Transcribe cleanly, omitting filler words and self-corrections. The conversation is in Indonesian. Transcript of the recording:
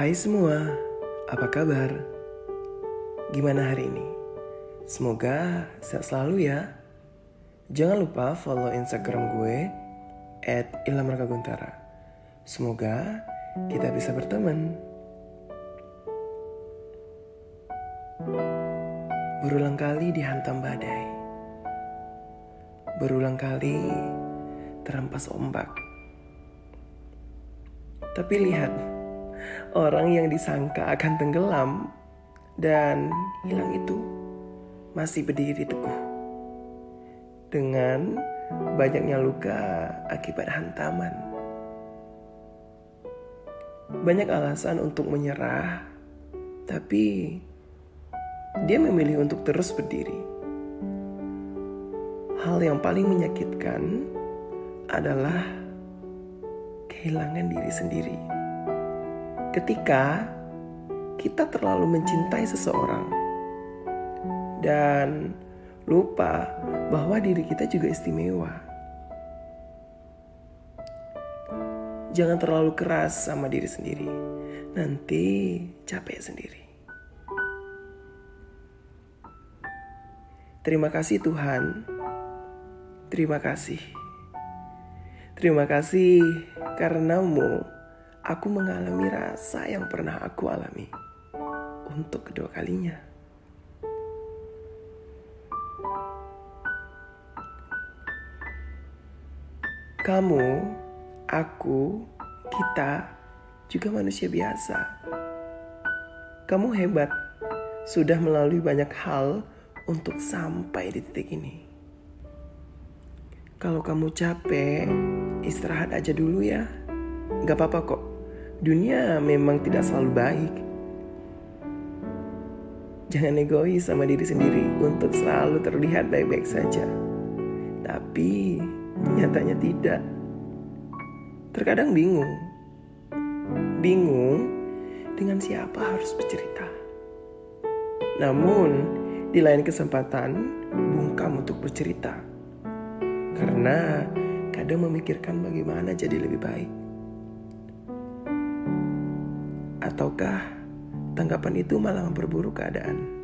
Hai semua, apa kabar? Gimana hari ini? Semoga sehat selalu ya. Jangan lupa follow Instagram gue @ilhamrakaguntara. Semoga kita bisa berteman. Berulang kali dihantam badai. Berulang kali terhempas ombak. Tapi lihat, orang yang disangka akan tenggelam dan hilang itu masih berdiri teguh. Dengan banyaknya luka akibat hantaman. Banyak alasan untuk menyerah, tapi dia memilih untuk terus berdiri. Hal yang paling menyakitkan adalah kehilangan diri sendiri. Ketika kita terlalu mencintai seseorang dan lupa bahwa diri kita juga istimewa. Jangan terlalu keras sama diri sendiri, nanti capek sendiri. Terima kasih Tuhan, terima kasih. Terima kasih karenamu aku mengalami rasa yang pernah aku alami untuk kedua kalinya. Kamu, aku, kita juga manusia biasa. Kamu hebat, sudah melalui banyak hal untuk sampai di titik ini. Kalau kamu capek, istirahat aja dulu ya. Gak apa-apa kok. Dunia memang tidak selalu baik. Jangan egois sama diri sendiri untuk selalu terlihat baik-baik saja. Tapi nyatanya tidak. Terkadang bingung. Bingung dengan siapa harus bercerita. Namun di lain kesempatan bungkam untuk bercerita. Karena kadang memikirkan bagaimana jadi lebih baik. Ataukah tanggapan itu malah memperburuk keadaan?